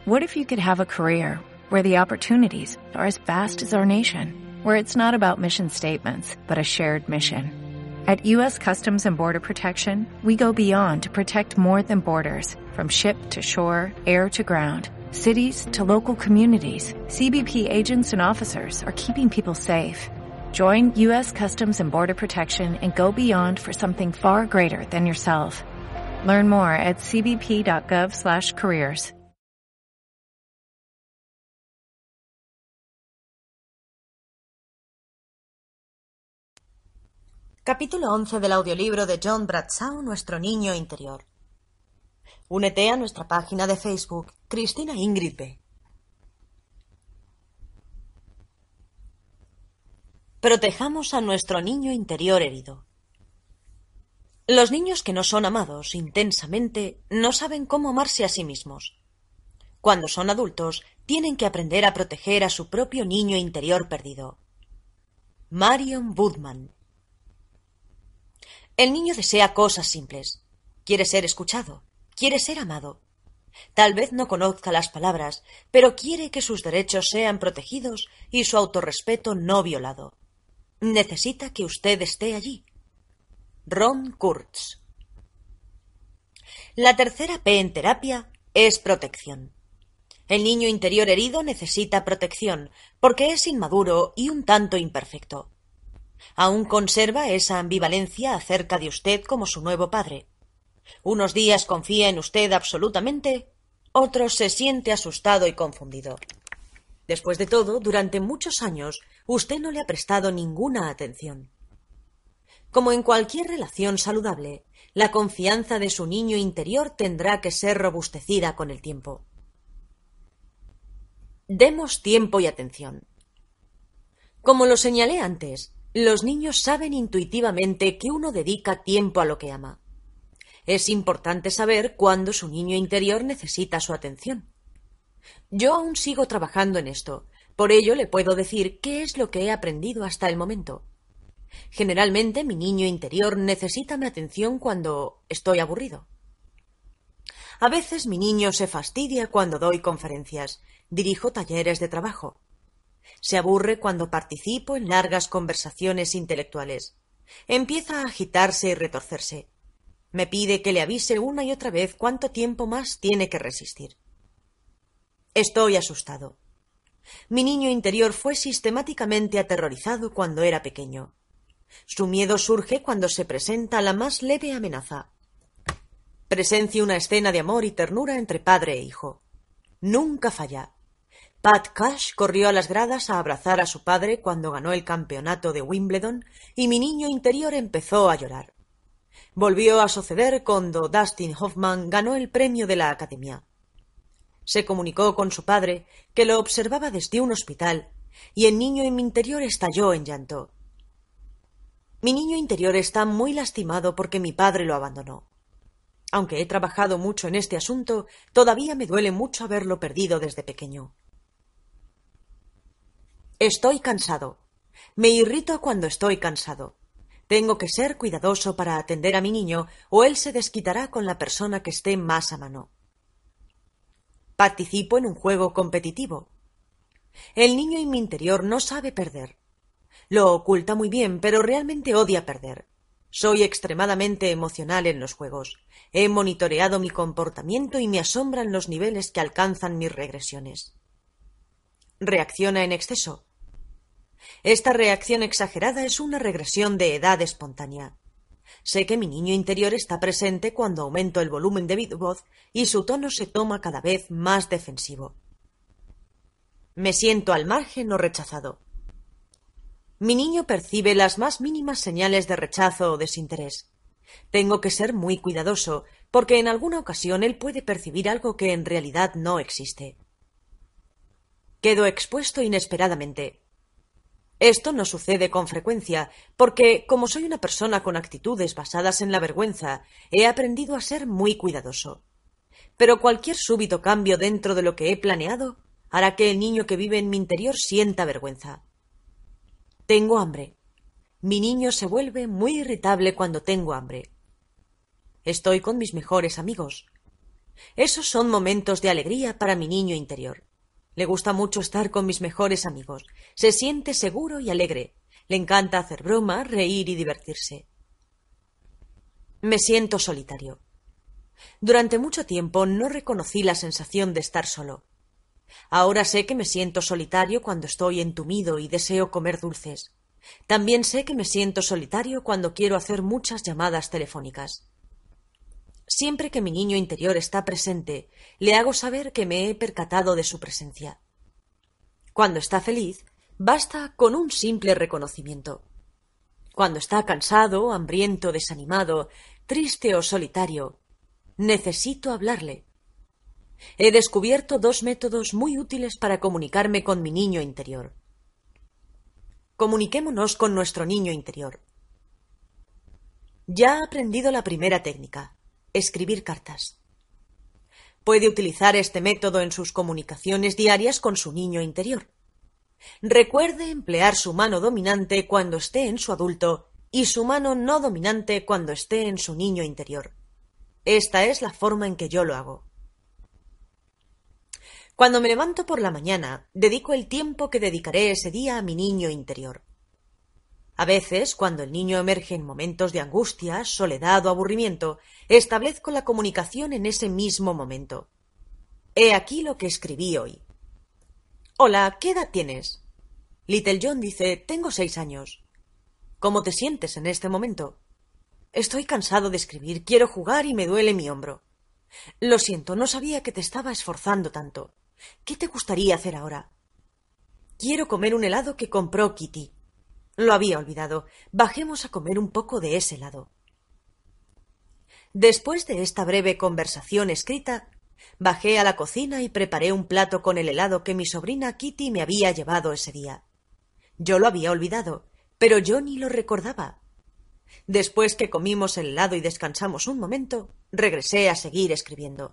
What if you could have a career where the opportunities are as vast as our nation, where it's not about mission statements, but a shared mission? At U.S. Customs and Border Protection, we go beyond to protect more than borders, from ship to shore, air to ground, cities to local communities. CBP agents and officers are keeping people safe. Join U.S. Customs and Border Protection and go beyond for something far greater than yourself. Learn more at cbp.gov/careers. Capítulo 11 del audiolibro de John Bradshaw, Nuestro niño interior. Únete a nuestra página de Facebook, Cristina Ingrid B. Protejamos a nuestro niño interior herido. Los niños que no son amados intensamente no saben cómo amarse a sí mismos. Cuando son adultos, tienen que aprender a proteger a su propio niño interior perdido. Marion Woodman. El niño desea cosas simples. Quiere ser escuchado, quiere ser amado. Tal vez no conozca las palabras, pero quiere que sus derechos sean protegidos y su autorrespeto no violado. Necesita que usted esté allí. Ron Kurtz. La tercera P en terapia es protección. El niño interior herido necesita protección porque es inmaduro y un tanto imperfecto. Aún conserva esa ambivalencia acerca de usted como su nuevo padre. Unos días confía en usted absolutamente, otros se siente asustado y confundido. Después de todo, durante muchos años, usted no le ha prestado ninguna atención. Como en cualquier relación saludable, la confianza de su niño interior tendrá que ser robustecida con el tiempo. Demos tiempo y atención. Como lo señalé antes, los niños saben intuitivamente que uno dedica tiempo a lo que ama. Es importante saber cuándo su niño interior necesita su atención. Yo aún sigo trabajando en esto, por ello le puedo decir qué es lo que he aprendido hasta el momento. Generalmente mi niño interior necesita mi atención cuando estoy aburrido. A veces mi niño se fastidia cuando doy conferencias, dirijo talleres de trabajo. Se aburre cuando participo en largas conversaciones intelectuales. Empieza a agitarse y retorcerse. Me pide que le avise una y otra vez cuánto tiempo más tiene que resistir. Estoy asustado. Mi niño interior fue sistemáticamente aterrorizado cuando era pequeño. Su miedo surge cuando se presenta la más leve amenaza. Presencio una escena de amor y ternura entre padre e hijo. Nunca falla. Pat Cash corrió a las gradas a abrazar a su padre cuando ganó el campeonato de Wimbledon y mi niño interior empezó a llorar. Volvió a suceder cuando Dustin Hoffman ganó el premio de la Academia. Se comunicó con su padre, que lo observaba desde un hospital, y el niño en mi interior estalló en llanto. Mi niño interior está muy lastimado porque mi padre lo abandonó. Aunque he trabajado mucho en este asunto, todavía me duele mucho haberlo perdido desde pequeño. Estoy cansado. Me irrito cuando estoy cansado. Tengo que ser cuidadoso para atender a mi niño o él se desquitará con la persona que esté más a mano. Participo en un juego competitivo. El niño en mi interior no sabe perder. Lo oculta muy bien, pero realmente odia perder. Soy extremadamente emocional en los juegos. He monitoreado mi comportamiento y me asombran los niveles que alcanzan mis regresiones. Reacciona en exceso. Esta reacción exagerada es una regresión de edad espontánea. Sé que mi niño interior está presente cuando aumento el volumen de mi voz y su tono se toma cada vez más defensivo. Me siento al margen o rechazado. Mi niño percibe las más mínimas señales de rechazo o desinterés. Tengo que ser muy cuidadoso, porque en alguna ocasión él puede percibir algo que en realidad no existe. Quedo expuesto inesperadamente. Esto no sucede con frecuencia, porque, como soy una persona con actitudes basadas en la vergüenza, he aprendido a ser muy cuidadoso. Pero cualquier súbito cambio dentro de lo que he planeado hará que el niño que vive en mi interior sienta vergüenza. Tengo hambre. Mi niño se vuelve muy irritable cuando tengo hambre. Estoy con mis mejores amigos. Esos son momentos de alegría para mi niño interior. Le gusta mucho estar con mis mejores amigos. Se siente seguro y alegre. Le encanta hacer bromas, reír y divertirse. Me siento solitario. Durante mucho tiempo no reconocí la sensación de estar solo. Ahora sé que me siento solitario cuando estoy entumido y deseo comer dulces. También sé que me siento solitario cuando quiero hacer muchas llamadas telefónicas. Siempre que mi niño interior está presente, le hago saber que me he percatado de su presencia. Cuando está feliz, basta con un simple reconocimiento. Cuando está cansado, hambriento, desanimado, triste o solitario, necesito hablarle. He descubierto 2 métodos muy útiles para comunicarme con mi niño interior. Comuniquémonos con nuestro niño interior. Ya ha aprendido la primera técnica, escribir cartas. Puede utilizar este método en sus comunicaciones diarias con su niño interior. Recuerde emplear su mano dominante cuando esté en su adulto y su mano no dominante cuando esté en su niño interior. Esta es la forma en que yo lo hago. Cuando me levanto por la mañana, dedico el tiempo que dedicaré ese día a mi niño interior. A veces, cuando el niño emerge en momentos de angustia, soledad o aburrimiento, establezco la comunicación en ese mismo momento. He aquí lo que escribí hoy. Hola, ¿qué edad tienes? Little John dice, tengo 6 años. ¿Cómo te sientes en este momento? Estoy cansado de escribir, quiero jugar y me duele mi hombro. Lo siento, no sabía que te estaba esforzando tanto. ¿Qué te gustaría hacer ahora? Quiero comer un helado que compró Kitty. Lo había olvidado. Bajemos a comer un poco de ese helado. Después de esta breve conversación escrita, bajé a la cocina y preparé un plato con el helado que mi sobrina Kitty me había llevado ese día. Yo lo había olvidado, pero yo ni lo recordaba. Después que comimos el helado y descansamos un momento, regresé a seguir escribiendo.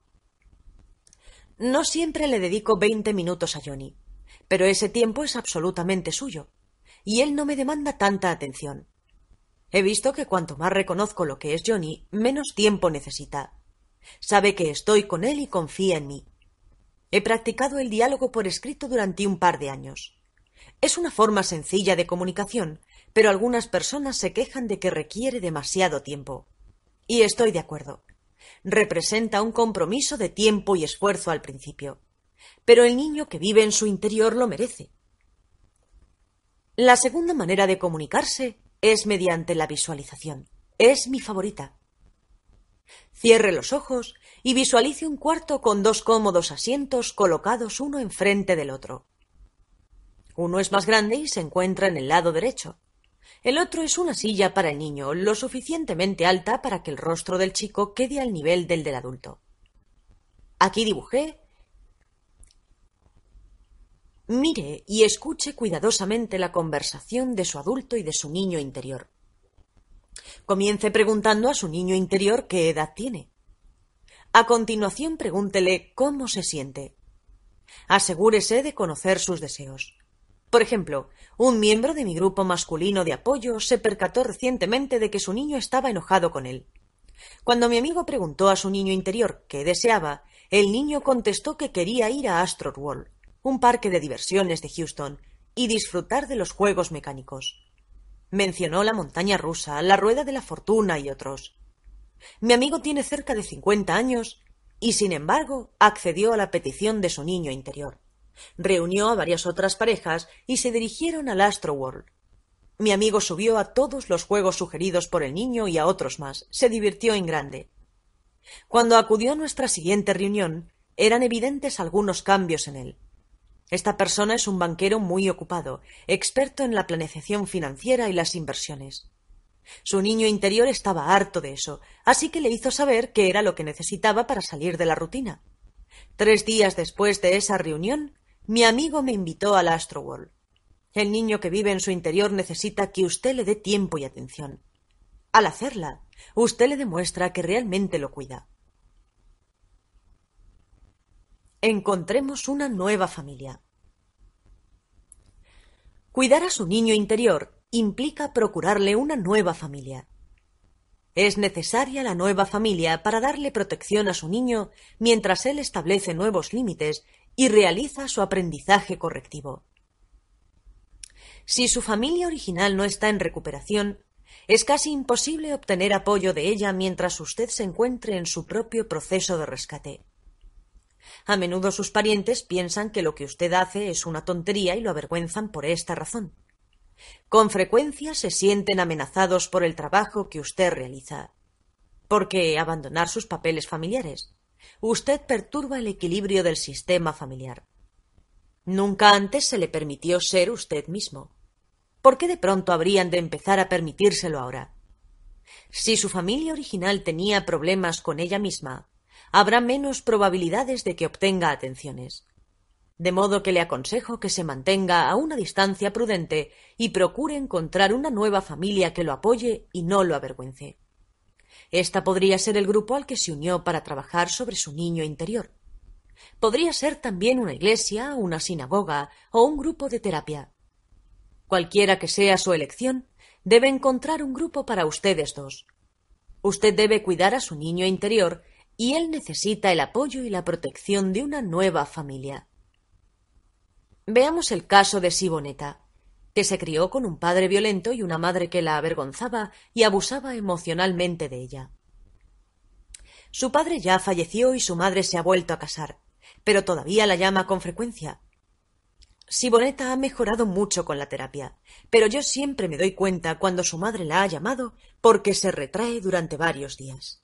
No siempre le dedico 20 minutos a Johnny, pero ese tiempo es absolutamente suyo, y él no me demanda tanta atención. He visto que cuanto más reconozco lo que es Johnny, menos tiempo necesita. Sabe que estoy con él y confía en mí. He practicado el diálogo por escrito durante un par de años. Es una forma sencilla de comunicación, pero algunas personas se quejan de que requiere demasiado tiempo. Y estoy de acuerdo. Representa un compromiso de tiempo y esfuerzo al principio. Pero el niño que vive en su interior lo merece. La segunda manera de comunicarse es mediante la visualización. Es mi favorita. Cierre los ojos y visualice un cuarto con 2 cómodos asientos colocados uno enfrente del otro. Uno es más grande y se encuentra en el lado derecho. El otro es una silla para el niño, lo suficientemente alta para que el rostro del chico quede al nivel del adulto. Aquí dibujé. Mire y escuche cuidadosamente la conversación de su adulto y de su niño interior. Comience preguntando a su niño interior qué edad tiene. A continuación pregúntele cómo se siente. Asegúrese de conocer sus deseos. Por ejemplo, un miembro de mi grupo masculino de apoyo se percató recientemente de que su niño estaba enojado con él. Cuando mi amigo preguntó a su niño interior qué deseaba, el niño contestó que quería ir a Astroworld, un parque de diversiones de Houston, y disfrutar de los juegos mecánicos. Mencionó la montaña rusa, la rueda de la fortuna y otros. Mi amigo tiene cerca de 50 años y, sin embargo, accedió a la petición de su niño interior. Reunió a varias otras parejas y se dirigieron al Astroworld. Mi amigo subió a todos los juegos sugeridos por el niño y a otros más. Se divirtió en grande. Cuando acudió a nuestra siguiente reunión, eran evidentes algunos cambios en él. Esta persona es un banquero muy ocupado, experto en la planificación financiera y las inversiones. Su niño interior estaba harto de eso, así que le hizo saber qué era lo que necesitaba para salir de la rutina. 3 días después de esa reunión, mi amigo me invitó al Astroworld. El niño que vive en su interior necesita que usted le dé tiempo y atención. Al hacerla, usted le demuestra que realmente lo cuida. Encontremos una nueva familia. Cuidar a su niño interior implica procurarle una nueva familia. Es necesaria la nueva familia para darle protección a su niño mientras él establece nuevos límites y realiza su aprendizaje correctivo. Si su familia original no está en recuperación, es casi imposible obtener apoyo de ella mientras usted se encuentre en su propio proceso de rescate. A menudo sus parientes piensan que lo que usted hace es una tontería y lo avergüenzan por esta razón. Con frecuencia se sienten amenazados por el trabajo que usted realiza. Porque abandonar sus papeles familiares, usted perturba el equilibrio del sistema familiar. Nunca antes se le permitió ser usted mismo. ¿Por qué de pronto habrían de empezar a permitírselo ahora? Si su familia original tenía problemas con ella misma, habrá menos probabilidades de que obtenga atenciones. De modo que le aconsejo que se mantenga a una distancia prudente y procure encontrar una nueva familia que lo apoye y no lo avergüence. Esta podría ser el grupo al que se unió para trabajar sobre su niño interior. Podría ser también una iglesia, una sinagoga o un grupo de terapia. Cualquiera que sea su elección, debe encontrar un grupo para ustedes dos. Usted debe cuidar a su niño interior y él necesita el apoyo y la protección de una nueva familia. Veamos el caso de Sibonetta, que se crió con un padre violento y una madre que la avergonzaba y abusaba emocionalmente de ella. Su padre ya falleció y su madre se ha vuelto a casar, pero todavía la llama con frecuencia. Sibonetta ha mejorado mucho con la terapia, pero yo siempre me doy cuenta cuando su madre la ha llamado porque se retrae durante varios días.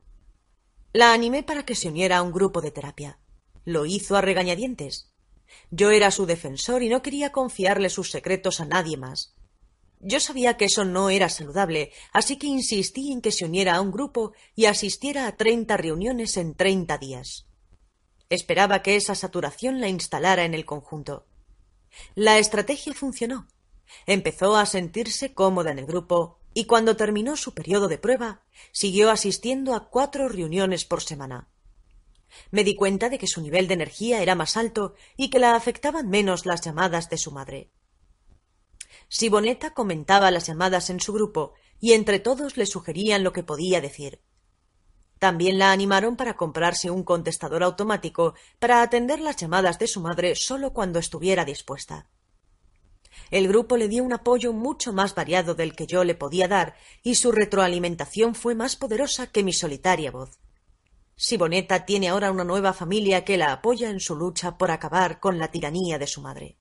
La animé para que se uniera a un grupo de terapia. Lo hizo a regañadientes. Yo era su defensor y no quería confiarle sus secretos a nadie más. Yo sabía que eso no era saludable, así que insistí en que se uniera a un grupo y asistiera a 30 reuniones en 30 días. Esperaba que esa saturación la instalara en el conjunto. La estrategia funcionó. Empezó a sentirse cómoda en el grupo y cuando terminó su periodo de prueba, siguió asistiendo a 4 reuniones por semana. Me di cuenta de que su nivel de energía era más alto y que la afectaban menos las llamadas de su madre. Sibonetta comentaba las llamadas en su grupo y entre todos le sugerían lo que podía decir. También la animaron para comprarse un contestador automático para atender las llamadas de su madre solo cuando estuviera dispuesta. El grupo le dio un apoyo mucho más variado del que yo le podía dar y su retroalimentación fue más poderosa que mi solitaria voz. Sibonetta tiene ahora una nueva familia que la apoya en su lucha por acabar con la tiranía de su madre.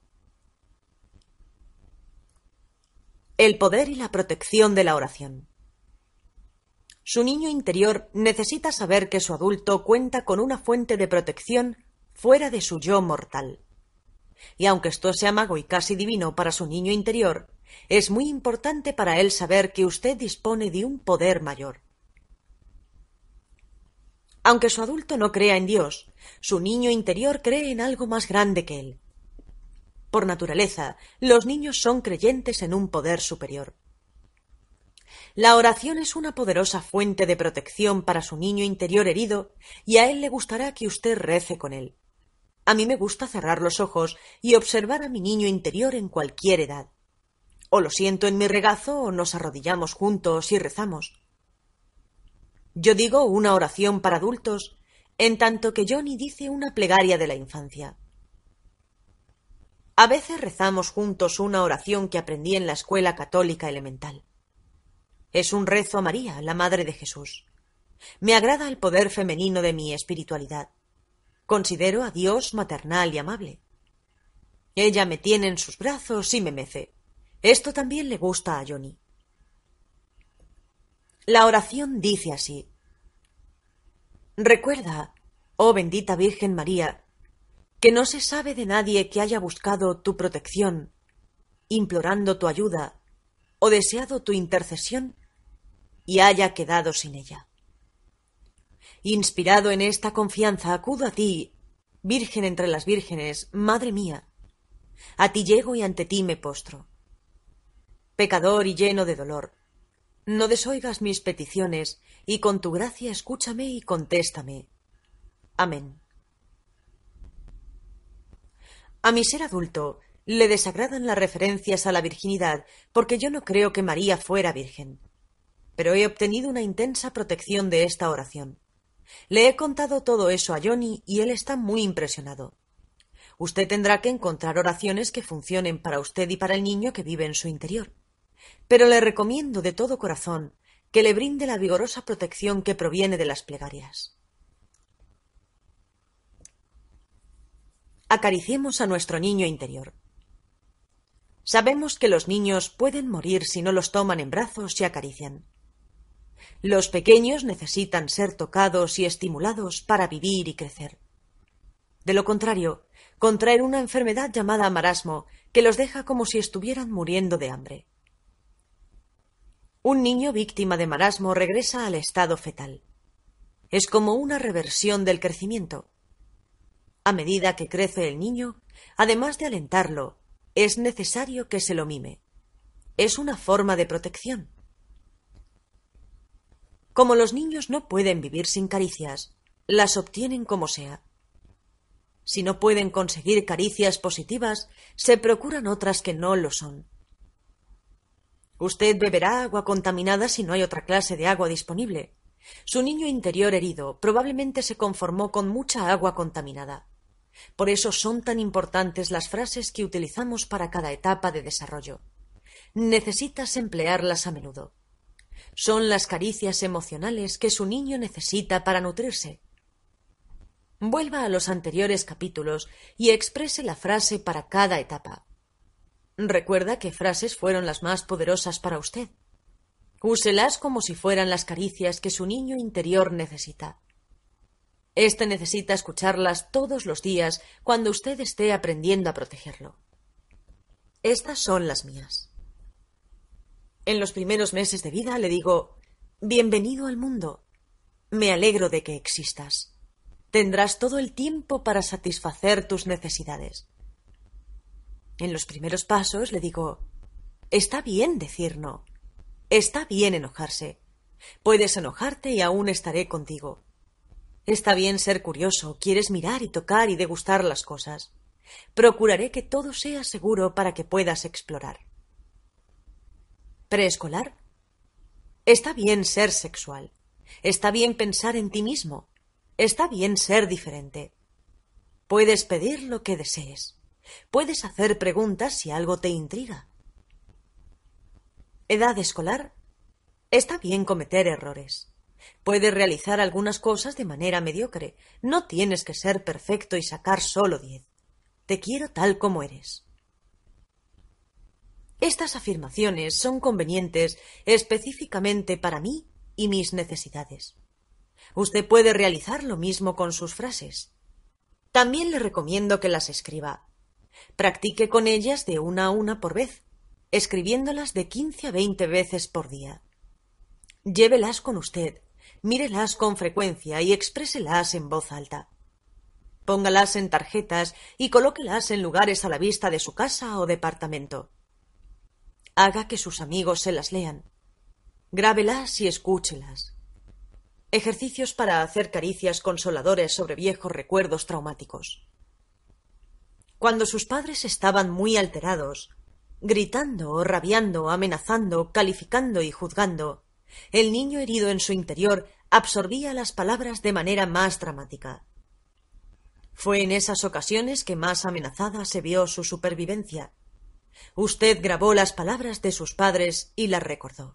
El poder y la protección de la oración. Su niño interior necesita saber que su adulto cuenta con una fuente de protección fuera de su yo mortal. Y aunque esto sea mago y casi divino para su niño interior, es muy importante para él saber que usted dispone de un poder mayor. Aunque su adulto no crea en Dios, su niño interior cree en algo más grande que él. Por naturaleza, los niños son creyentes en un poder superior. La oración es una poderosa fuente de protección para su niño interior herido y a él le gustará que usted rece con él. A mí me gusta cerrar los ojos y observar a mi niño interior en cualquier edad. O lo siento en mi regazo o nos arrodillamos juntos y rezamos. Yo digo una oración para adultos, en tanto que Johnny dice una plegaria de la infancia. A veces rezamos juntos una oración que aprendí en la escuela católica elemental. Es un rezo a María, la Madre de Jesús. Me agrada el poder femenino de mi espiritualidad. Considero a Dios maternal y amable. Ella me tiene en sus brazos y me mece. Esto también le gusta a Johnny. La oración dice así: Recuerda, oh bendita Virgen María, que no se sabe de nadie que haya buscado tu protección, implorando tu ayuda o deseado tu intercesión y haya quedado sin ella. Inspirado en esta confianza, acudo a ti, Virgen entre las vírgenes, Madre mía. A ti llego y ante ti me postro. Pecador y lleno de dolor, no desoigas mis peticiones y con tu gracia escúchame y contéstame. Amén. A mi ser adulto le desagradan las referencias a la virginidad porque yo no creo que María fuera virgen. pero he obtenido una intensa protección de esta oración. Le he contado todo eso a Johnny y él está muy impresionado. Usted tendrá que encontrar oraciones que funcionen para usted y para el niño que vive en su interior. Pero le recomiendo de todo corazón que le brinde la vigorosa protección que proviene de las plegarias. Acariciemos a nuestro niño interior. Sabemos que los niños pueden morir si no los toman en brazos y acarician. Los pequeños necesitan ser tocados y estimulados para vivir y crecer. De lo contrario, contraer una enfermedad llamada marasmo que los deja como si estuvieran muriendo de hambre. Un niño víctima de marasmo regresa al estado fetal. Es como una reversión del crecimiento. A medida que crece el niño, además de alentarlo, es necesario que se lo mime. Es una forma de protección. Como los niños no pueden vivir sin caricias, las obtienen como sea. Si no pueden conseguir caricias positivas, se procuran otras que no lo son. Usted beberá agua contaminada si no hay otra clase de agua disponible. Su niño interior herido probablemente se conformó con mucha agua contaminada. Por eso son tan importantes las frases que utilizamos para cada etapa de desarrollo. Necesitas emplearlas a menudo. Son las caricias emocionales que su niño necesita para nutrirse. Vuelva a los anteriores capítulos y exprese la frase para cada etapa. Recuerda qué frases fueron las más poderosas para usted. Úselas como si fueran las caricias que su niño interior necesita. Este necesita escucharlas todos los días cuando usted esté aprendiendo a protegerlo. Estas son las mías. En los primeros meses de vida le digo: bienvenido al mundo. Me alegro de que existas. Tendrás todo el tiempo para satisfacer tus necesidades. En los primeros pasos le digo: está bien decir no. Está bien enojarse. Puedes enojarte y aún estaré contigo. Está bien ser curioso, quieres mirar y tocar y degustar las cosas. Procuraré que todo sea seguro para que puedas explorar. ¿Preescolar? Está bien ser sexual. Está bien pensar en ti mismo. Está bien ser diferente. Puedes pedir lo que desees. Puedes hacer preguntas si algo te intriga. ¿Edad escolar? Está bien cometer errores. Puedes realizar algunas cosas de manera mediocre. No tienes que ser perfecto y sacar solo 10. Te quiero tal como eres. Estas afirmaciones son convenientes específicamente para mí y mis necesidades. Usted puede realizar lo mismo con sus frases. También le recomiendo que las escriba. Practique con ellas de una a una por vez, escribiéndolas de 15 a 20 veces por día. Llévelas con usted, mírelas con frecuencia y expréselas en voz alta. Póngalas en tarjetas y colóquelas en lugares a la vista de su casa o departamento. Haga que sus amigos se las lean. Grábelas y escúchelas. Ejercicios para hacer caricias consoladoras sobre viejos recuerdos traumáticos. Cuando sus padres estaban muy alterados, gritando, rabiando, amenazando, calificando y juzgando, el niño herido en su interior absorbía las palabras de manera más dramática. Fue en esas ocasiones que más amenazada se vio su supervivencia. Usted grabó las palabras de sus padres y las recordó.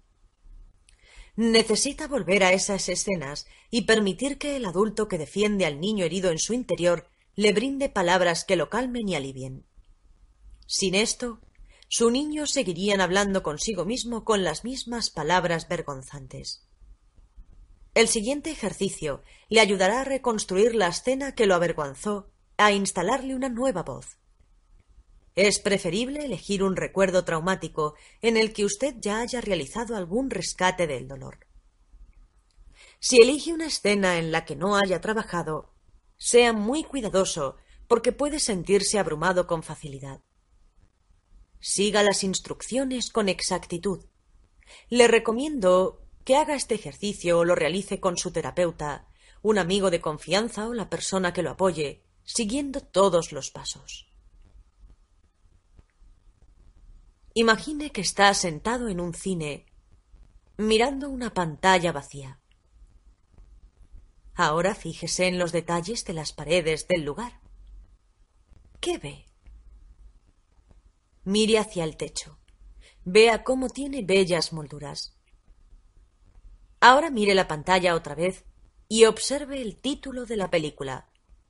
Necesita volver a esas escenas y permitir que el adulto que defiende al niño herido en su interior le brinde palabras que lo calmen y alivien. Sin esto, su niño seguiría hablando consigo mismo con las mismas palabras vergonzantes. El siguiente ejercicio le ayudará a reconstruir la escena que lo avergonzó, a instalarle una nueva voz. Es preferible elegir un recuerdo traumático en el que usted ya haya realizado algún rescate del dolor. Si elige una escena en la que no haya trabajado, sea muy cuidadoso porque puede sentirse abrumado con facilidad. Siga las instrucciones con exactitud. Le recomiendo que haga este ejercicio o lo realice con su terapeuta, un amigo de confianza o la persona que lo apoye, siguiendo todos los pasos. Imagine que está sentado en un cine, mirando una pantalla vacía. Ahora fíjese en los detalles de las paredes del lugar. ¿Qué ve? Mire hacia el techo. Vea cómo tiene bellas molduras. Ahora mire la pantalla otra vez y observe el título de la película.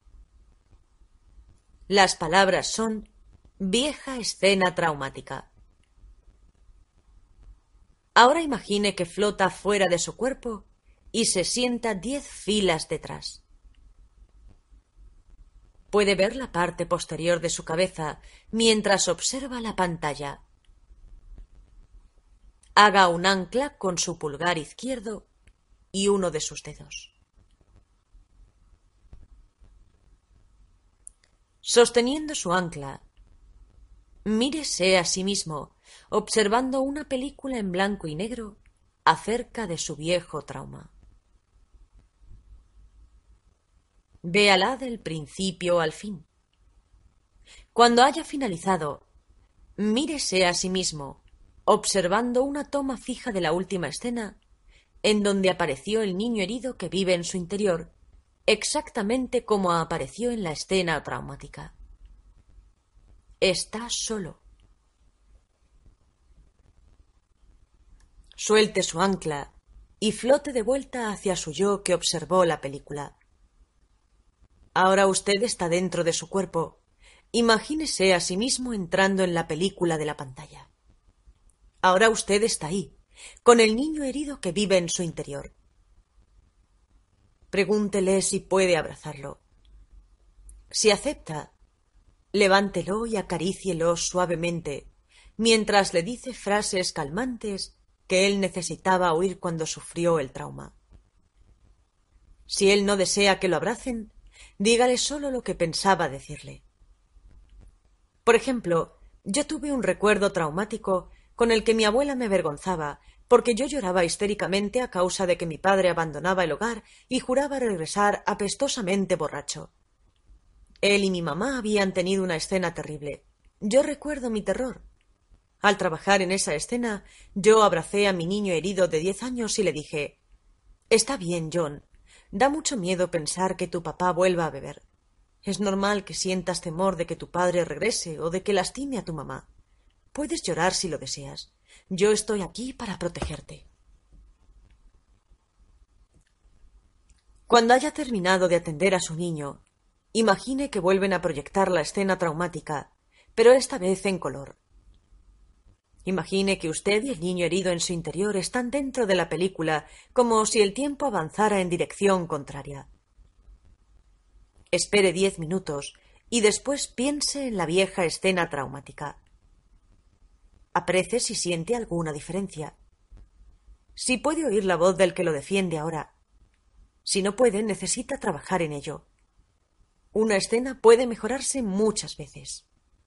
Las palabras son Vieja escena traumática. Ahora imagine que flota fuera de su cuerpo y se sienta 10 filas detrás. Puede ver la parte posterior de su cabeza mientras observa la pantalla. Haga un ancla con su pulgar izquierdo y uno de sus dedos. Sosteniendo su ancla, mírese a sí mismo, observando una película en blanco y negro acerca de su viejo trauma. Véala del principio al fin. Cuando haya finalizado, mírese a sí mismo, observando una toma fija de la última escena, en donde apareció el niño herido que vive en su interior, exactamente como apareció en la escena traumática. Está solo. Suelte su ancla y flote de vuelta hacia su yo que observó la película. Ahora usted está dentro de su cuerpo. Imagínese a sí mismo entrando en la película de la pantalla. Ahora usted está ahí, con el niño herido que vive en su interior. Pregúntele si puede abrazarlo. Si acepta, levántelo y acarícielo suavemente, mientras le dice frases calmantes que él necesitaba oír cuando sufrió el trauma. Si él no desea que lo abracen, dígale solo lo que pensaba decirle. Por ejemplo, yo tuve un recuerdo traumático con el que mi abuela me avergonzaba porque yo lloraba histéricamente a causa de que mi padre abandonaba el hogar y juraba regresar apestosamente borracho. Él y mi mamá habían tenido una escena terrible. Yo recuerdo mi terror. Al trabajar en esa escena, yo abracé a mi niño herido de 10 años y le dije: «Está bien, John. Da mucho miedo pensar que tu papá vuelva a beber. Es normal que sientas temor de que tu padre regrese o de que lastime a tu mamá. Puedes llorar si lo deseas. Yo estoy aquí para protegerte». Cuando haya terminado de atender a su niño, imagine que vuelven a proyectar la escena traumática, pero esta vez en color. Imagine que usted y el niño herido en su interior están dentro de la película, como si el tiempo avanzara en dirección contraria. Espere 10 minutos y después piense en la vieja escena traumática. Aprecie si siente alguna diferencia. Si puede oír la voz del que lo defiende ahora. Si no puede, necesita trabajar en ello. Una escena puede mejorarse muchas veces.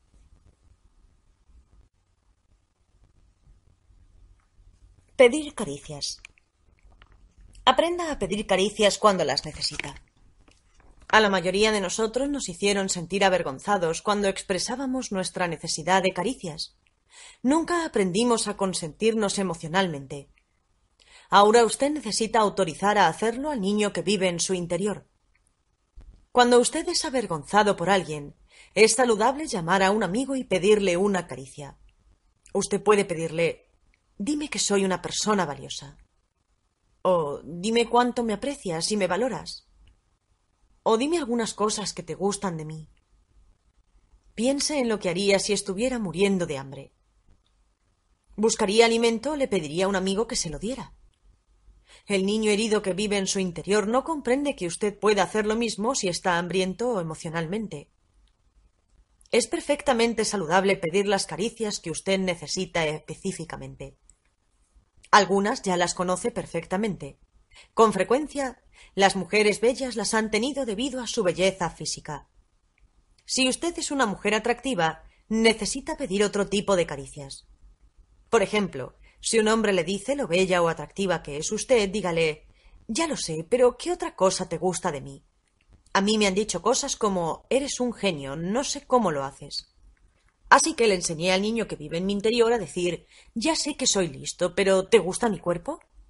Pedir caricias. Aprenda a pedir caricias cuando las necesita. A la mayoría de nosotros nos hicieron sentir avergonzados cuando expresábamos nuestra necesidad de caricias. Nunca aprendimos a consentirnos emocionalmente. Ahora usted necesita autorizar a hacerlo al niño que vive en su interior. Cuando usted es avergonzado por alguien, es saludable llamar a un amigo y pedirle una caricia. Usted puede pedirle: «Dime que soy una persona valiosa». O «Dime cuánto me aprecias y me valoras». O «Dime algunas cosas que te gustan de mí». Piense en lo que haría si estuviera muriendo de hambre. ¿Buscaría alimento o le pediría a un amigo que se lo diera? El niño herido que vive en su interior no comprende que usted pueda hacer lo mismo si está hambriento emocionalmente. Es perfectamente saludable pedir las caricias que usted necesita específicamente. Algunas ya las conoce perfectamente. Con frecuencia, las mujeres bellas las han tenido debido a su belleza física. Si usted es una mujer atractiva, necesita pedir otro tipo de caricias. Por ejemplo, si un hombre le dice lo bella o atractiva que es usted, dígale: «Ya lo sé, pero ¿qué otra cosa te gusta de mí? A mí me han dicho cosas como: eres un genio, no sé cómo lo haces». Así que le enseñé al niño que vive en mi interior a decir: «Ya sé que soy listo, pero ¿te gusta mi cuerpo?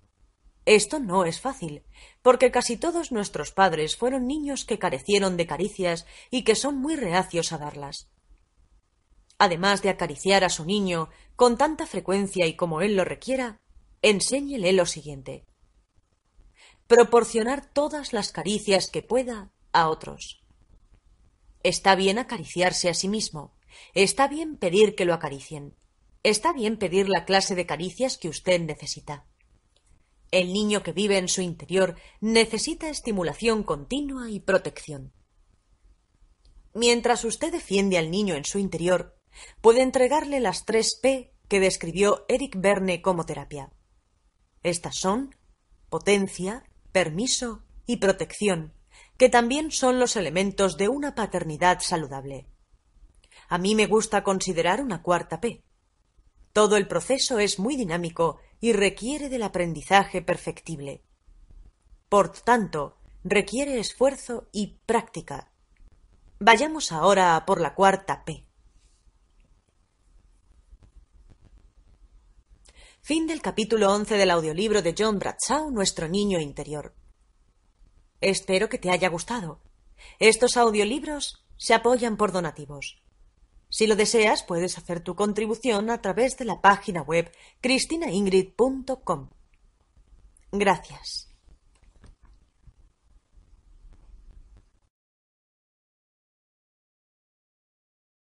Esto no es fácil, porque casi todos nuestros padres fueron niños que carecieron de caricias y que son muy reacios a darlas. Además de acariciar a su niño con tanta frecuencia y como él lo requiera, enséñele lo siguiente: proporcionar todas las caricias que pueda a otros. Está bien acariciarse a sí mismo, está bien pedir que lo acaricien, está bien pedir la clase de caricias que usted necesita. El niño que vive en su interior necesita estimulación continua y protección. Mientras usted defiende al niño en su interior, puede entregarle las 3 P que describió Eric Berne como terapia. Estas son potencia, permiso y protección, que también son los elementos de una paternidad saludable. A mí me gusta considerar una 4ª P. Todo el proceso es muy dinámico y requiere del aprendizaje perfectible. Por tanto, requiere esfuerzo y práctica. Vayamos ahora a por la 4ª P. Fin del capítulo 11 del audiolibro de John Bradshaw, Nuestro niño interior. Espero que te haya gustado. Estos audiolibros se apoyan por donativos. Si lo deseas, puedes hacer tu contribución a través de la página web cristinaingrid.com. Gracias.